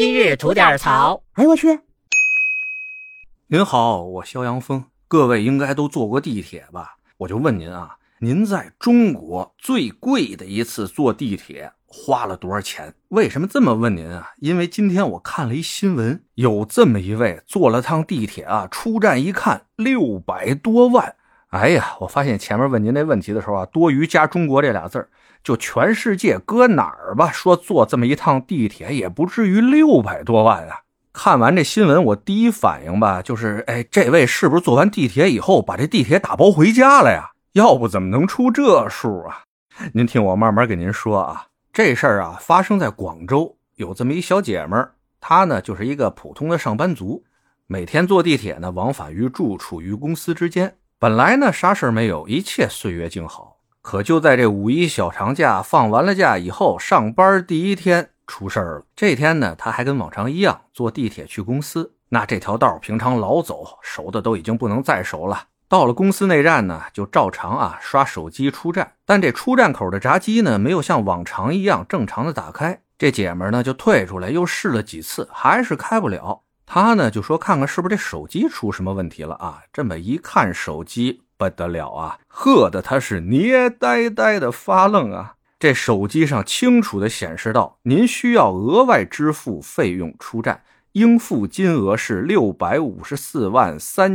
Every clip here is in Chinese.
今日吐点槽。 哎呦我去！ 您好，我肖阳峰。各位应该都坐过地铁吧？我就问您啊，您在中国最贵的一次坐地铁花了多少钱？为什么这么问您啊？因为今天我看了一新闻，有这么一位坐了趟地铁啊，出站一看600多万。哎呀，我发现前面问您那问题的时候啊，多余加中国这俩字儿，就全世界搁哪儿吧，说坐这么一趟地铁也不至于600多万啊。看完这新闻，我第一反应吧，就是这位是不是坐完地铁以后把这地铁打包回家了呀？要不怎么能出这数啊？您听我慢慢给您说啊。这事儿啊发生在广州，有这么一小姐们儿，她呢就是一个普通的上班族，每天坐地铁呢往返于住处与公司之间。本来呢啥事儿没有，一切岁月静好。可就在这五一小长假放完了假以后，上班第一天出事儿了。这天呢他还跟往常一样坐地铁去公司，那这条道平常老走，熟的都已经不能再熟了。到了公司内站呢，就照常啊刷手机出站，但这出站口的闸机呢没有像往常一样正常的打开。这姐们呢就退出来，又试了几次，还是开不了。她呢就说看看是不是这手机出什么问题了啊。这么一看手机不得了啊，喝得他是捏呆呆的发愣啊。这手机上清楚地显示到您需要额外支付费用出站，应付金额是654万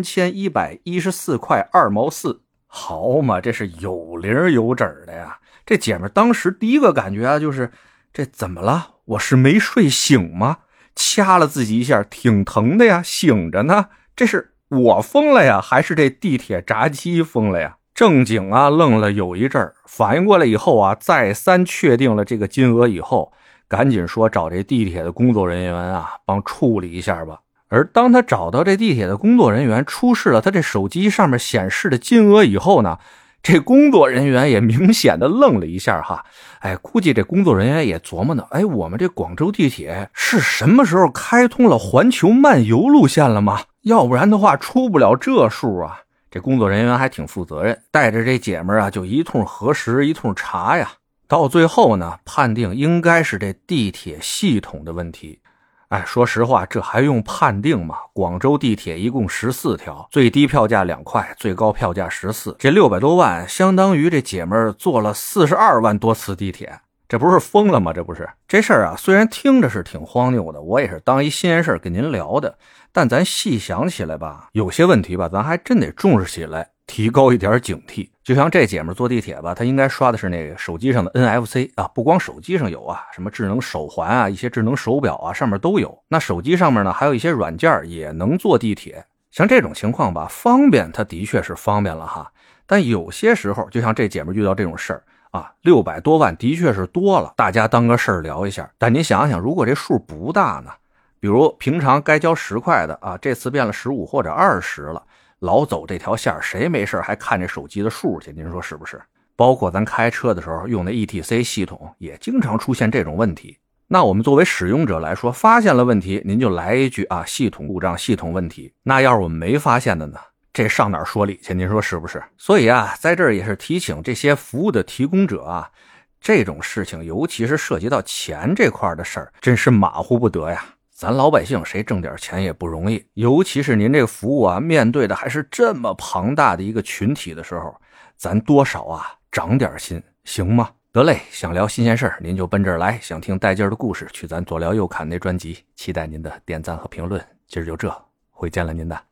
3114块2毛4。好嘛，这是有零有整的呀。这姐们当时第一个感觉啊，就是这怎么了？我是没睡醒吗？掐了自己一下，挺疼的呀，醒着呢。这是我疯了呀，还是这地铁闸机疯了呀？正经啊愣了有一阵儿，反应过来以后啊，再三确定了这个金额以后，赶紧说找这地铁的工作人员啊帮处理一下吧。而当他找到这地铁的工作人员，出示了他这手机上面显示的金额以后呢，这工作人员也明显的愣了一下哈。估计这工作人员也琢磨呢，我们这广州地铁是什么时候开通了环球漫游路线了吗？要不然的话出不了这数啊。这工作人员还挺负责任，带着这姐们啊就一通核实一通查呀。到最后呢，判定应该是这地铁系统的问题。说实话，这还用判定吗？广州地铁一共14条，最低票价2块，最高票价14，这600多万相当于这姐们坐了42万多次地铁，这不是疯了吗？这不是。这事儿啊虽然听着是挺荒谬的，我也是当一新鲜事跟您聊的，但咱细想起来吧，有些问题吧咱还真得重视起来，提高一点警惕。就像这姐们坐地铁吧，她应该刷的是那个手机上的 NFC 啊，不光手机上有啊，什么智能手环啊，一些智能手表啊，上面都有。那手机上面呢还有一些软件也能坐地铁。像这种情况吧，方便它的确是方便了哈，但有些时候就像这姐们遇到这种事儿啊，600多万的确是多了，大家当个事儿聊一下。但您想想，如果这数不大呢，比如平常该交10块的啊，这次变了15或者20了，老走这条线谁没事还看这手机的数去？您说是不是？包括咱开车的时候用的 ETC 系统也经常出现这种问题。那我们作为使用者来说，发现了问题您就来一句啊，系统故障，系统问题。那要是我们没发现的呢，这上哪儿说理去？您说是不是？所以啊，在这儿也是提醒这些服务的提供者啊，这种事情尤其是涉及到钱这块的事儿，真是马虎不得呀。咱老百姓谁挣点钱也不容易，尤其是您这个服务啊，面对的还是这么庞大的一个群体的时候，咱多少啊长点心，行吗？得嘞，想聊新鲜事儿您就奔这儿来，想听带劲儿的故事去咱左聊右侃那专辑，期待您的点赞和评论。今儿就这，回见了您的。